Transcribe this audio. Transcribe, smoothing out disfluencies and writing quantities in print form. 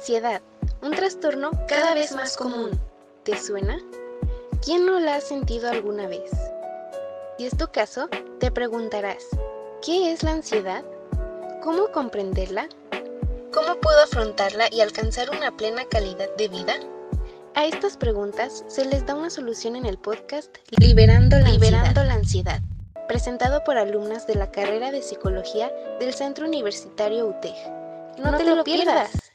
ansiedad, un trastorno cada vez más común. ¿Te suena? ¿Quién no la ha sentido alguna vez? Si es tu caso, te preguntarás, ¿qué es la ansiedad? ¿Cómo comprenderla? ¿Cómo puedo afrontarla y alcanzar una plena calidad de vida? A estas preguntas se les da una solución en el podcast Liberando la Ansiedad, presentado por alumnas de la carrera de Psicología del Centro Universitario UTEG. ¡No te lo pierdas!